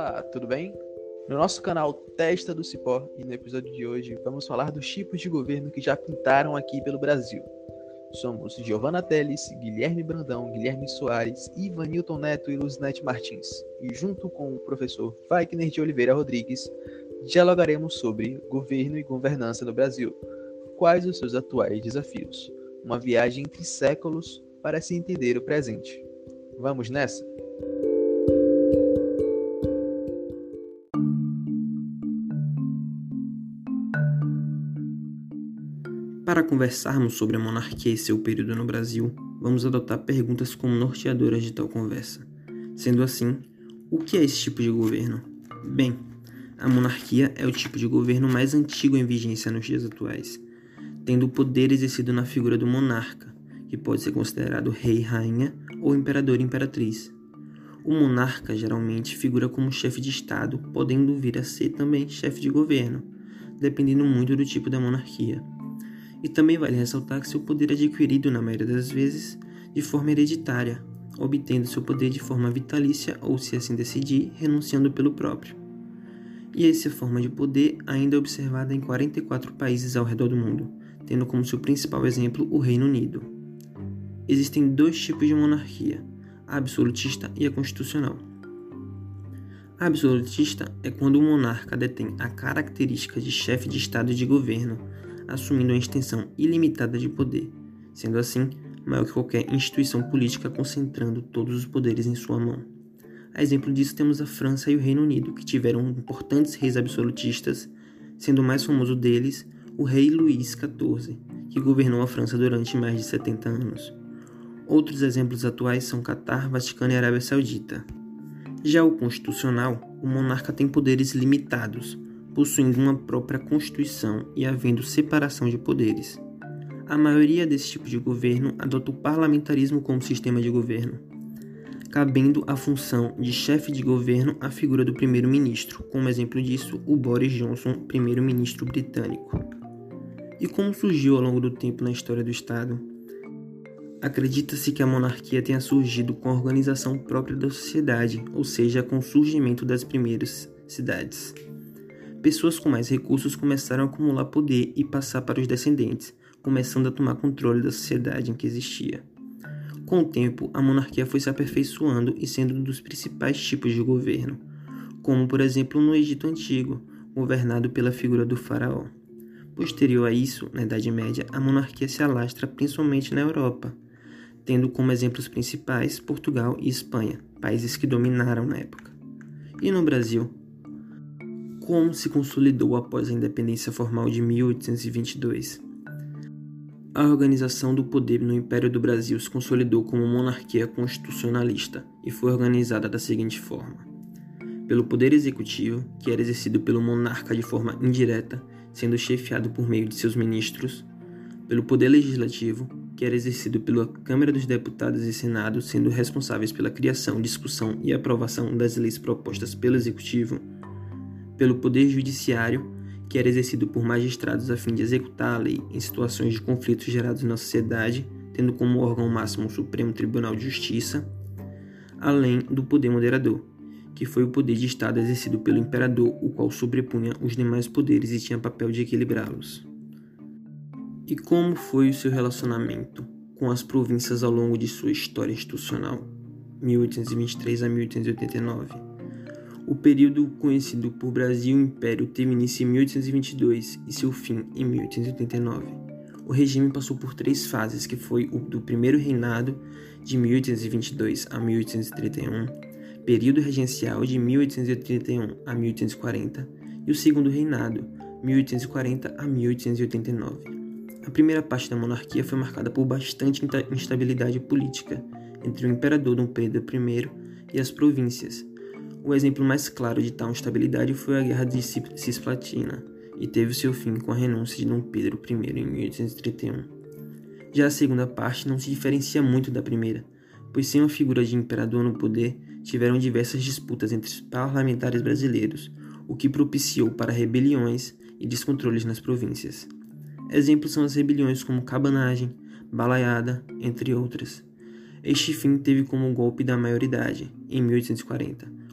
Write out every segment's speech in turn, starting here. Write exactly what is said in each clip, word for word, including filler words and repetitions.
Olá, tudo bem? No nosso canal Testa do Cipó e no episódio de hoje vamos falar dos tipos de governo que já pintaram aqui pelo Brasil. Somos Giovana Teles, Guilherme Brandão, Guilherme Soares, Ivanilton Neto e Luzinete Martins. E junto com o professor Wagner de Oliveira Rodrigues, dialogaremos sobre governo e governança no Brasil. Quais os seus atuais desafios? Uma viagem entre séculos para se entender o presente. Vamos nessa? Para conversarmos sobre a monarquia e seu período no Brasil, vamos adotar perguntas como norteadoras de tal conversa. Sendo assim, o que é esse tipo de governo? Bem, a monarquia é o tipo de governo mais antigo em vigência nos dias atuais, tendo o poder exercido na figura do monarca, que pode ser considerado rei, rainha ou imperador e imperatriz. O monarca geralmente figura como chefe de Estado, podendo vir a ser também chefe de governo, dependendo muito do tipo da monarquia. E também vale ressaltar que seu poder é adquirido, na maioria das vezes, de forma hereditária, obtendo seu poder de forma vitalícia ou, se assim decidir, renunciando pelo próprio. E essa forma de poder ainda é observada em quarenta e quatro países ao redor do mundo, tendo como seu principal exemplo o Reino Unido. Existem dois tipos de monarquia, a absolutista e a constitucional. A absolutista é quando o monarca detém a característica de chefe de Estado e de governo, assumindo uma extensão ilimitada de poder, sendo assim maior que qualquer instituição política, concentrando todos os poderes em sua mão. A exemplo disso temos a França e o Reino Unido, que tiveram importantes reis absolutistas, sendo o mais famoso deles o rei Luís quatorze, que governou a França durante mais de setenta anos. Outros exemplos atuais são Catar, Vaticano e Arábia Saudita. Já o constitucional, o monarca tem poderes limitados, possuindo uma própria constituição e havendo separação de poderes. A maioria desse tipo de governo adota o parlamentarismo como sistema de governo, cabendo a função de chefe de governo à figura do primeiro-ministro, como exemplo disso o Boris Johnson, primeiro-ministro britânico. E como surgiu ao longo do tempo na história do Estado? Acredita-se que a monarquia tenha surgido com a organização própria da sociedade, ou seja, com o surgimento das primeiras cidades. Pessoas com mais recursos começaram a acumular poder e passar para os descendentes, começando a tomar controle da sociedade em que existia. Com o tempo, a monarquia foi se aperfeiçoando e sendo um dos principais tipos de governo, como por exemplo no Egito Antigo, governado pela figura do faraó. Posterior a isso, na Idade Média, a monarquia se alastra principalmente na Europa, tendo como exemplos principais Portugal e Espanha, países que dominaram na época. E no Brasil? Como se consolidou após a independência formal de mil oitocentos e vinte e dois? A organização do poder no Império do Brasil se consolidou como monarquia constitucionalista e foi organizada da seguinte forma: pelo poder executivo, que era exercido pelo monarca de forma indireta, sendo chefiado por meio de seus ministros; pelo poder legislativo, que era exercido pela Câmara dos Deputados e Senado, sendo responsáveis pela criação, discussão e aprovação das leis propostas pelo executivo; pelo poder judiciário, que era exercido por magistrados a fim de executar a lei em situações de conflitos gerados na sociedade, tendo como órgão máximo o Supremo Tribunal de Justiça, além do poder moderador, que foi o poder de Estado exercido pelo imperador, o qual sobrepunha os demais poderes e tinha papel de equilibrá-los. E como foi o seu relacionamento com as províncias ao longo de sua história institucional, mil oitocentos e vinte e três a mil oitocentos e oitenta e nove? O período conhecido por Brasil Império teve início em mil oitocentos e vinte e dois e seu fim em mil oitocentos e oitenta e nove. O regime passou por três fases, que foi o do primeiro reinado, de mil oitocentos e vinte e dois a mil oitocentos e trinta e um, período regencial de mil oitocentos e trinta e um a mil oitocentos e quarenta e o segundo reinado, mil oitocentos e quarenta a mil oitocentos e oitenta e nove. A primeira parte da monarquia foi marcada por bastante instabilidade política entre o imperador Dom Pedro I e as províncias. O exemplo mais claro de tal instabilidade foi a Guerra de Cisplatina, e teve seu fim com a renúncia de Dom Pedro I em mil oitocentos e trinta e um. Já a segunda parte não se diferencia muito da primeira, pois sem uma figura de imperador no poder, tiveram diversas disputas entre os parlamentares brasileiros, o que propiciou para rebeliões e descontroles nas províncias. Exemplos são as rebeliões como Cabanagem, Balaiada, entre outras. Este fim teve como golpe da maioridade, em mil oitocentos e quarenta,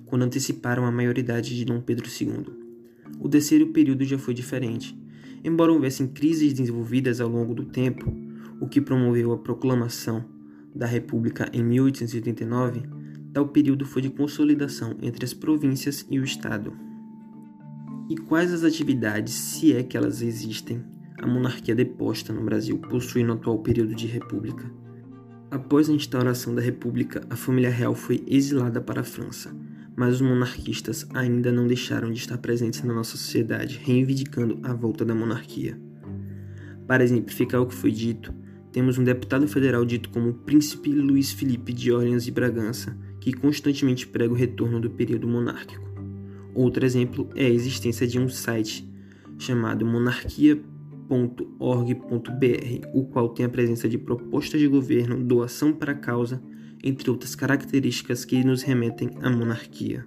quando anteciparam a maioridade de Dom Pedro segundo. O terceiro período já foi diferente. Embora houvessem crises desenvolvidas ao longo do tempo, o que promoveu a proclamação da República em mil oitocentos e oitenta e nove, tal período foi de consolidação entre as províncias e o Estado. E quais as atividades, se é que elas existem, a monarquia deposta no Brasil possui no atual período de república? Após a instauração da república, a família real foi exilada para a França, mas os monarquistas ainda não deixaram de estar presentes na nossa sociedade, reivindicando a volta da monarquia. Para exemplificar o que foi dito, temos um deputado federal dito como Príncipe Luiz Felipe de Orleans e Bragança, que constantemente prega o retorno do período monárquico. Outro exemplo é a existência de um site chamado monarquia ponto org ponto b r, o qual tem a presença de propostas de governo, doação para a causa, entre outras características que nos remetem à monarquia.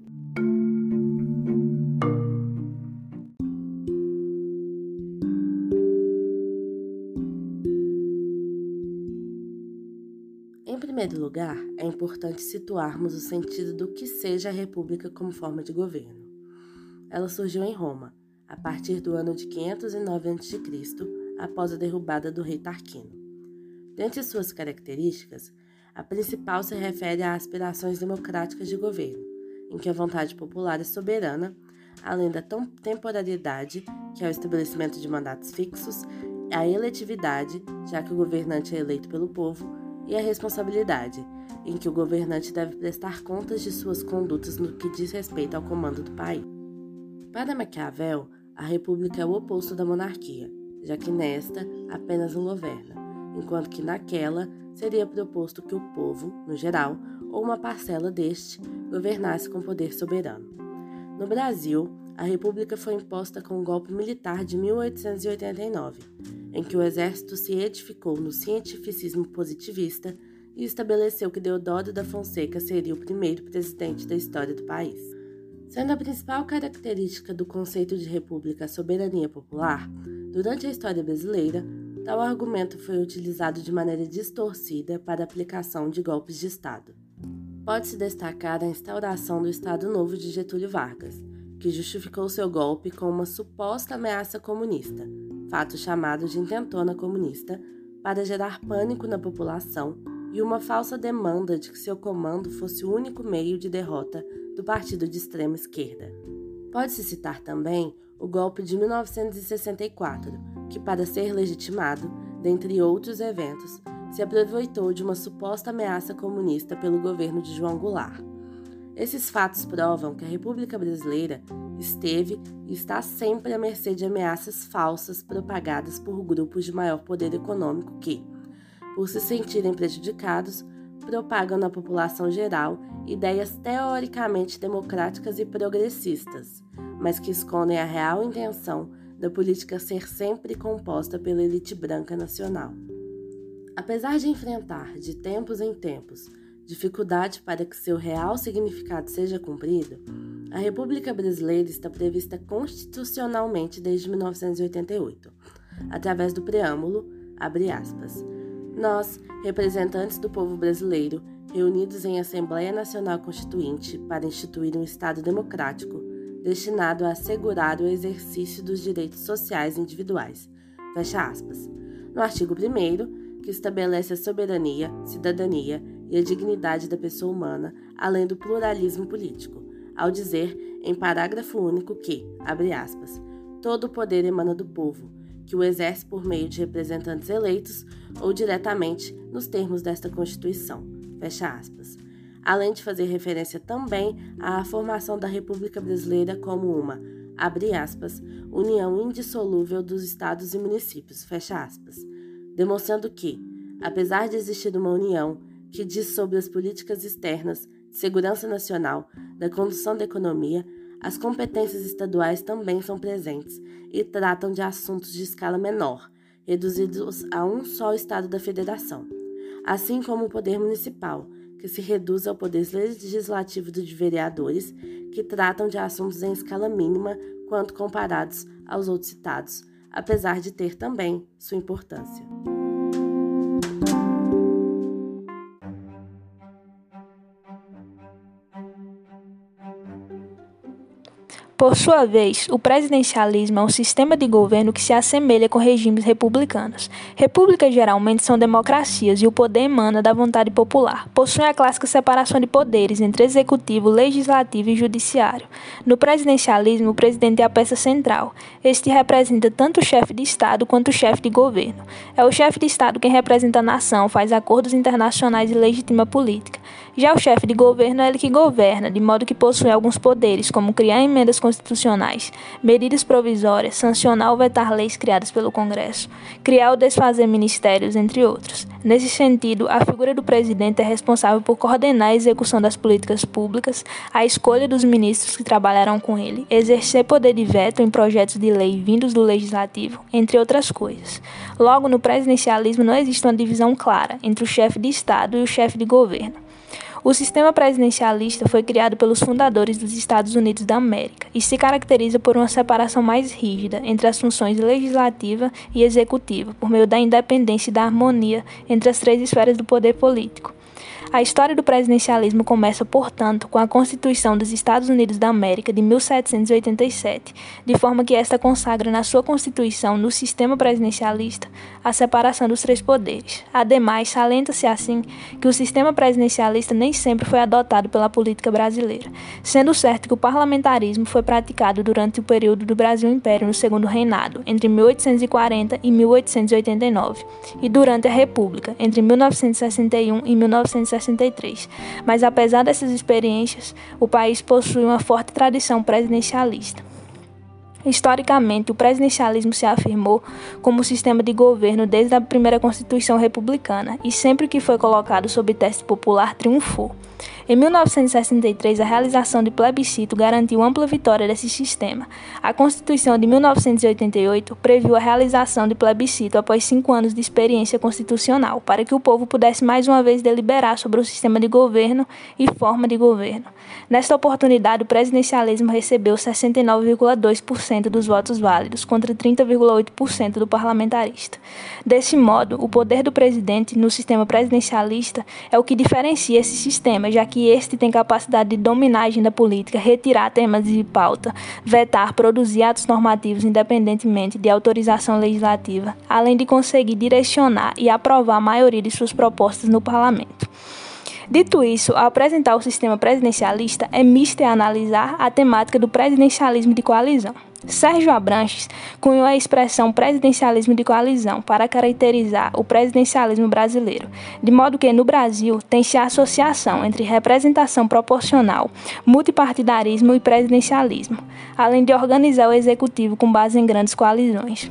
Em primeiro lugar, é importante situarmos o sentido do que seja a república como forma de governo. Ela surgiu em Roma, a partir do ano de quinhentos e nove antes de Cristo, após a derrubada do rei Tarquino. Dentre suas características, a principal se refere a aspirações democráticas de governo, em que a vontade popular é soberana, além da temporalidade, que é o estabelecimento de mandatos fixos, a eletividade, já que o governante é eleito pelo povo, e a responsabilidade, em que o governante deve prestar contas de suas condutas no que diz respeito ao comando do país. Para Maquiavel, a república é o oposto da monarquia, já que nesta apenas um governa, enquanto que naquela seria proposto que o povo, no geral, ou uma parcela deste, governasse com poder soberano. No Brasil, a república foi imposta com o golpe militar de mil oitocentos e oitenta e nove, em que o exército se edificou no cientificismo positivista e estabeleceu que Deodoro da Fonseca seria o primeiro presidente da história do país. Sendo a principal característica do conceito de república a soberania popular, durante a história brasileira, tal argumento foi utilizado de maneira distorcida para a aplicação de golpes de Estado. Pode-se destacar a instauração do Estado Novo de Getúlio Vargas, que justificou seu golpe com uma suposta ameaça comunista, fato chamado de intentona comunista, para gerar pânico na população e uma falsa demanda de que seu comando fosse o único meio de derrota do partido de extrema esquerda. Pode-se citar também o golpe de mil novecentos e sessenta e quatro, que, para ser legitimado, dentre outros eventos, se aproveitou de uma suposta ameaça comunista pelo governo de João Goulart. Esses fatos provam que a República Brasileira esteve e está sempre à mercê de ameaças falsas propagadas por grupos de maior poder econômico que, por se sentirem prejudicados, propagam na população geral ideias teoricamente democráticas e progressistas, mas que escondem a real intenção da política ser sempre composta pela elite branca nacional. Apesar de enfrentar, de tempos em tempos, dificuldade para que seu real significado seja cumprido, a República Brasileira está prevista constitucionalmente desde mil novecentos e oitenta e oito, através do preâmbulo, abre aspas, nós, representantes do povo brasileiro, reunidos em Assembleia Nacional Constituinte para instituir um Estado democrático, destinado a assegurar o exercício dos direitos sociais individuais, fecha aspas, no artigo primeiro, que estabelece a soberania, cidadania e a dignidade da pessoa humana, além do pluralismo político, ao dizer, em parágrafo único, que, abre aspas, todo o poder emana do povo, que o exerce por meio de representantes eleitos ou diretamente nos termos desta Constituição, fecha aspas, além de fazer referência também à formação da República Brasileira como uma, abre aspas, união indissolúvel dos estados e municípios, fecha aspas, demonstrando que, apesar de existir uma união que diz sobre as políticas externas, de segurança nacional, da condução da economia, as competências estaduais também são presentes e tratam de assuntos de escala menor, reduzidos a um só estado da federação, assim como o poder municipal, que se reduz ao poder legislativo de vereadores, que tratam de assuntos em escala mínima quando comparados aos outros citados, apesar de ter também sua importância. Por sua vez, o presidencialismo é um sistema de governo que se assemelha com regimes republicanos. Repúblicas geralmente são democracias e o poder emana da vontade popular. Possuem a clássica separação de poderes entre executivo, legislativo e judiciário. No presidencialismo, o presidente é a peça central. Este representa tanto o chefe de Estado quanto o chefe de governo. É o chefe de Estado quem representa a nação, faz acordos internacionais e legitima a política. Já o chefe de governo é ele que governa, de modo que possui alguns poderes, como criar emendas constitucionais, medidas provisórias, sancionar ou vetar leis criadas pelo Congresso, criar ou desfazer ministérios, entre outros. Nesse sentido, a figura do presidente é responsável por coordenar a execução das políticas públicas, a escolha dos ministros que trabalharão com ele, exercer poder de veto em projetos de lei vindos do legislativo, entre outras coisas. Logo, no presidencialismo não existe uma divisão clara entre o chefe de Estado e o chefe de governo. O sistema presidencialista foi criado pelos fundadores dos Estados Unidos da América e se caracteriza por uma separação mais rígida entre as funções legislativa e executiva, por meio da independência e da harmonia entre as três esferas do poder político. A história do presidencialismo começa, portanto, com a Constituição dos Estados Unidos da América de mil setecentos e oitenta e sete, de forma que esta consagra na sua Constituição, no sistema presidencialista, a separação dos três poderes. Ademais, salienta-se assim que o sistema presidencialista nem sempre foi adotado pela política brasileira, sendo certo que o parlamentarismo foi praticado durante o período do Brasil Império no Segundo Reinado, entre mil oitocentos e quarenta e mil oitocentos e oitenta e nove, e durante a República, entre mil novecentos e sessenta e um e mil novecentos e sessenta e três. Mas apesar dessas experiências, o país possui uma forte tradição presidencialista. Historicamente, o presidencialismo se afirmou como sistema de governo desde a primeira Constituição republicana e sempre que foi colocado sob teste popular triunfou. Em mil novecentos e sessenta e três, a realização de plebiscito garantiu ampla vitória desse sistema. A Constituição de mil novecentos e oitenta e oito previu a realização de plebiscito após cinco anos de experiência constitucional, para que o povo pudesse mais uma vez deliberar sobre o sistema de governo e forma de governo. Nesta oportunidade, o presidencialismo recebeu sessenta e nove vírgula dois por cento dos votos válidos, contra trinta vírgula oito por cento do parlamentarista. Desse modo, o poder do presidente no sistema presidencialista é o que diferencia esse sistema, já que este tem capacidade de dominar a agenda política, retirar temas de pauta, vetar, produzir atos normativos independentemente de autorização legislativa, além de conseguir direcionar e aprovar a maioria de suas propostas no parlamento. Dito isso, ao apresentar o sistema presidencialista, é misto analisar a temática do presidencialismo de coalizão. Sérgio Abranches cunhou a expressão presidencialismo de coalizão para caracterizar o presidencialismo brasileiro, de modo que no Brasil tem-se a associação entre representação proporcional, multipartidarismo e presidencialismo, além de organizar o executivo com base em grandes coalizões.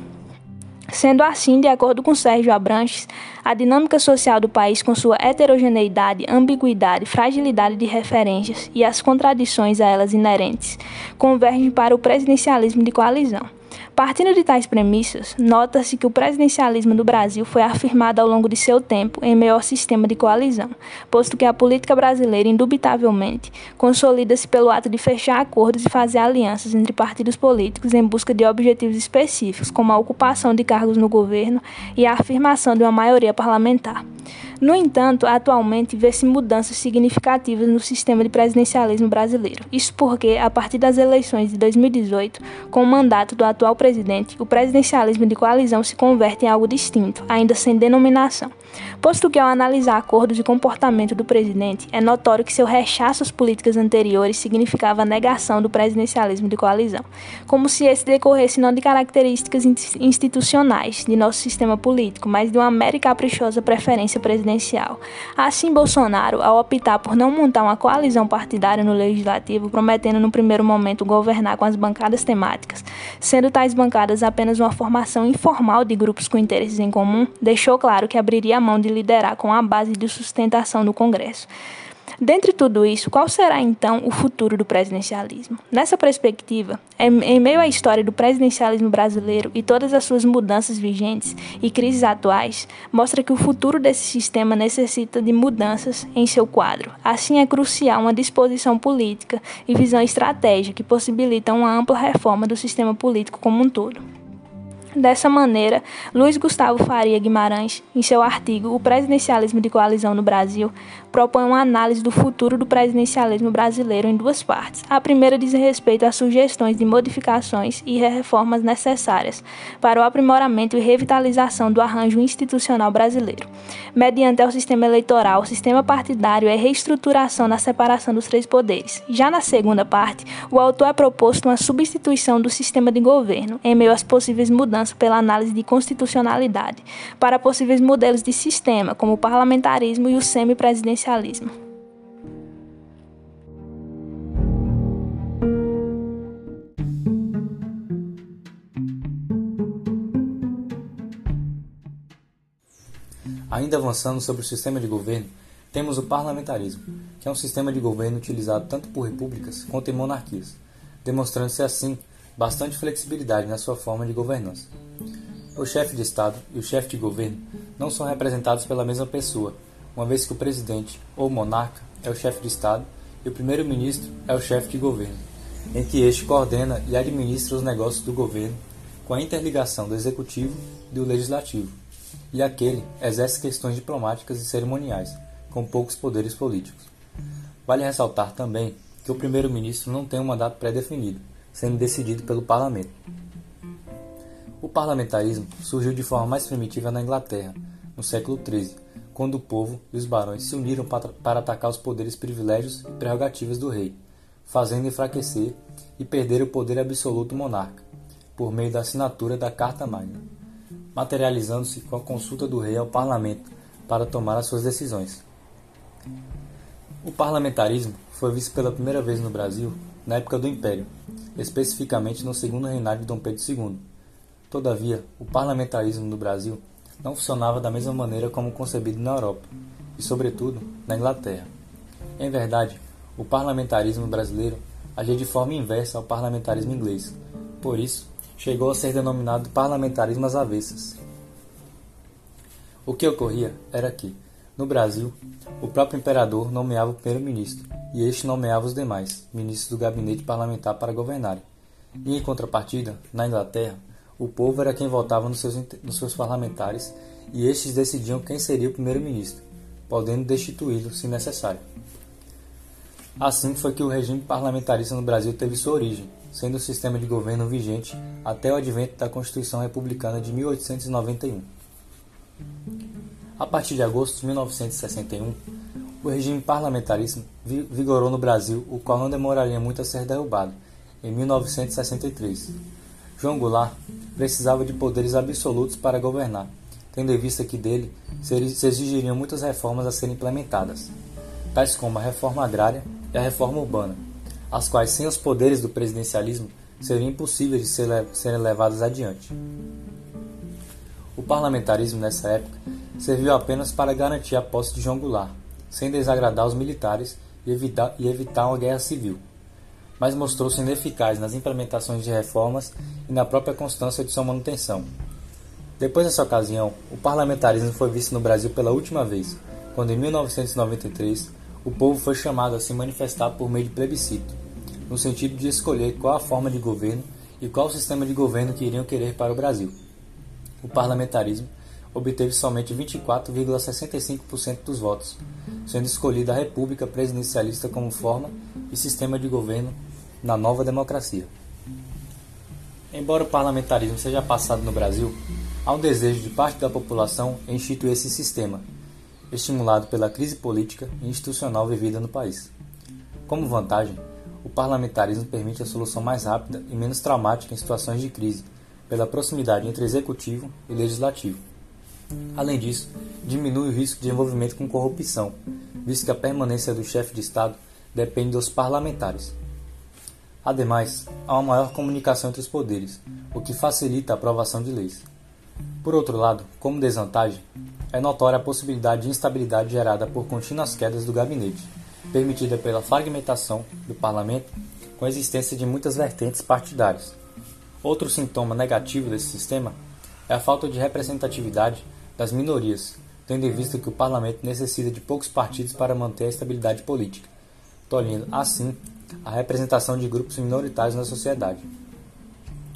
Sendo assim, de acordo com Sérgio Abranches, a dinâmica social do país, com sua heterogeneidade, ambiguidade, fragilidade de referências e as contradições a elas inerentes, convergem para o presidencialismo de coalizão. Partindo de tais premissas, nota-se que o presidencialismo do Brasil foi afirmado ao longo de seu tempo em meio ao sistema de coalizão, posto que a política brasileira, indubitavelmente, consolida-se pelo ato de fechar acordos e fazer alianças entre partidos políticos em busca de objetivos específicos, como a ocupação de cargos no governo e a afirmação de uma maioria parlamentar. No entanto, atualmente vê-se mudanças significativas no sistema de presidencialismo brasileiro. Isso porque, a partir das eleições de dois mil e dezoito, com o mandato do atual presidente, o presidencialismo de coalizão se converte em algo distinto, ainda sem denominação. Posto que, ao analisar acordos e comportamento do presidente, é notório que seu rechaço às políticas anteriores significava a negação do presidencialismo de coalizão, como se esse decorresse não de características institucionais de nosso sistema político, mas de uma mera e caprichosa preferência presidencial. Assim, Bolsonaro, ao optar por não montar uma coalizão partidária no Legislativo, prometendo no primeiro momento governar com as bancadas temáticas, sendo tais bancadas apenas uma formação informal de grupos com interesses em comum, deixou claro que abriria a mão de liderar com a base de sustentação no Congresso. Dentre tudo isso, qual será então o futuro do presidencialismo? Nessa perspectiva, em meio à história do presidencialismo brasileiro e todas as suas mudanças vigentes e crises atuais, mostra que o futuro desse sistema necessita de mudanças em seu quadro. Assim, é crucial uma disposição política e visão estratégica que possibilitam uma ampla reforma do sistema político como um todo. Dessa maneira, Luiz Gustavo Faria Guimarães, em seu artigo O Presidencialismo de Coalizão no Brasil, propõe uma análise do futuro do presidencialismo brasileiro em duas partes. A primeira diz respeito às sugestões de modificações e reformas necessárias para o aprimoramento e revitalização do arranjo institucional brasileiro, mediante ao sistema eleitoral, sistema partidário e a reestruturação na separação dos três poderes. Já na segunda parte, o autor é proposto uma substituição do sistema de governo, em meio às possíveis mudanças pela análise de constitucionalidade, para possíveis modelos de sistema, como o parlamentarismo e o semipresidencialismo. Ainda avançando sobre o sistema de governo, temos o parlamentarismo, que é um sistema de governo utilizado tanto por repúblicas quanto em monarquias, demonstrando-se assim bastante flexibilidade na sua forma de governança. O chefe de Estado e o chefe de governo não são representados pela mesma pessoa, uma vez que o presidente ou monarca é o chefe de Estado e o primeiro-ministro é o chefe de governo, em que este coordena e administra os negócios do governo com a interligação do executivo e do legislativo, e aquele exerce questões diplomáticas e cerimoniais, com poucos poderes políticos. Vale ressaltar também que o primeiro-ministro não tem um mandato pré-definido, sendo decidido pelo parlamento. O parlamentarismo surgiu de forma mais primitiva na Inglaterra, no século treze, quando o povo e os barões se uniram para atacar os poderes privilégios e prerrogativas do rei, fazendo enfraquecer e perder o poder absoluto monarca, por meio da assinatura da Carta Magna, materializando-se com a consulta do rei ao parlamento para tomar as suas decisões. O parlamentarismo foi visto pela primeira vez no Brasil na época do Império, especificamente no segundo reinado de Dom Pedro segundo. Todavia, o parlamentarismo no Brasil não funcionava da mesma maneira como concebido na Europa, e sobretudo na Inglaterra. Em verdade, o parlamentarismo brasileiro agia de forma inversa ao parlamentarismo inglês, por isso, chegou a ser denominado parlamentarismo às avessas. O que ocorria era que, no Brasil, o próprio imperador nomeava o primeiro-ministro, e este nomeava os demais, ministros do gabinete parlamentar para governarem. E, em contrapartida, na Inglaterra, o povo era quem votava nos seus, nos seus parlamentares, e estes decidiam quem seria o primeiro-ministro, podendo destituí-lo se necessário. Assim foi que o regime parlamentarista no Brasil teve sua origem, sendo o sistema de governo vigente até o advento da Constituição Republicana de mil oitocentos e noventa e um. A partir de agosto de mil novecentos e sessenta e um, o regime parlamentarista vigorou no Brasil, o qual não demoraria muito a ser derrubado, em mil novecentos e sessenta e três. João Goulart precisava de poderes absolutos para governar, tendo em vista que dele se exigiriam muitas reformas a serem implementadas, tais como a reforma agrária e a reforma urbana, as quais, sem os poderes do presidencialismo, seriam impossíveis de serem levadas adiante. O parlamentarismo, nessa época, serviu apenas para garantir a posse de João Goulart, sem desagradar os militares e evitar, e evitar uma guerra civil, mas mostrou-se ineficaz nas implementações de reformas e na própria constância de sua manutenção. Depois dessa ocasião, o parlamentarismo foi visto no Brasil pela última vez, quando em mil novecentos e noventa e três o povo foi chamado a se manifestar por meio de plebiscito, no sentido de escolher qual a forma de governo e qual o sistema de governo que iriam querer para o Brasil. O parlamentarismo obteve somente vinte e quatro vírgula sessenta e cinco por cento dos votos, sendo escolhida a República Presidencialista como forma e sistema de governo na nova democracia. Embora o parlamentarismo seja passado no Brasil, há um desejo de parte da população em instituir esse sistema, estimulado pela crise política e institucional vivida no país. Como vantagem, o parlamentarismo permite a solução mais rápida e menos traumática em situações de crise, pela proximidade entre executivo e legislativo. Além disso, diminui o risco de envolvimento com corrupção, visto que a permanência do chefe de Estado depende dos parlamentares. Ademais, há uma maior comunicação entre os poderes, o que facilita a aprovação de leis. Por outro lado, como desvantagem, é notória a possibilidade de instabilidade gerada por contínuas quedas do gabinete, permitida pela fragmentação do parlamento com a existência de muitas vertentes partidárias. Outro sintoma negativo desse sistema é a falta de representatividade das minorias, tendo em vista que o parlamento necessita de poucos partidos para manter a estabilidade política, tolhendo, assim, a representação de grupos minoritários na sociedade. O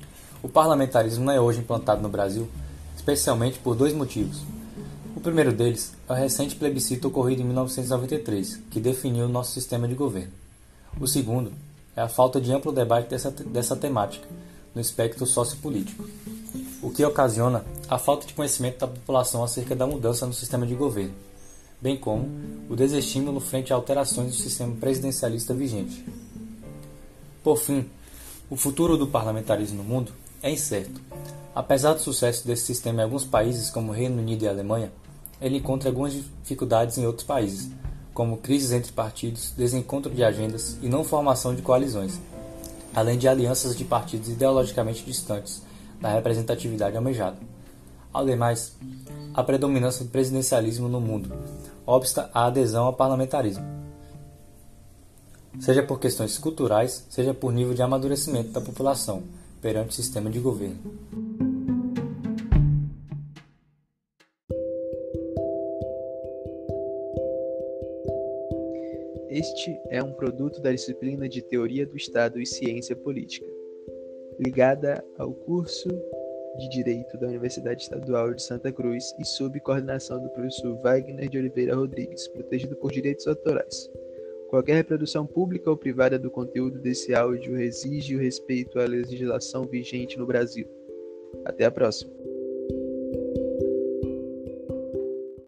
O parlamentarismo não é hoje implantado no Brasil, especialmente por dois motivos. O primeiro deles é o recente plebiscito ocorrido em mil novecentos e noventa e três, que definiu o nosso sistema de governo. O segundo é a falta de amplo debate dessa, dessa temática no espectro sociopolítico, o que ocasiona a falta de conhecimento da população acerca da mudança no sistema de governo, bem como o desestímulo frente a alterações do sistema presidencialista vigente. Por fim, o futuro do parlamentarismo no mundo é incerto. Apesar do sucesso desse sistema em alguns países, como o Reino Unido e a Alemanha, ele encontra algumas dificuldades em outros países, como crises entre partidos, desencontro de agendas e não formação de coalizões, além de alianças de partidos ideologicamente distantes da representatividade almejada. Ademais, a predominância do presidencialismo no mundo obsta a adesão ao parlamentarismo, seja por questões culturais, seja por nível de amadurecimento da população perante o sistema de governo. Este é um produto da disciplina de Teoria do Estado e Ciência Política, ligada ao curso de Direito da Universidade Estadual de Santa Cruz e sob coordenação do professor Wagner de Oliveira Rodrigues, protegido por direitos autorais. Qualquer reprodução pública ou privada do conteúdo desse áudio exige o respeito à legislação vigente no Brasil. Até a próxima!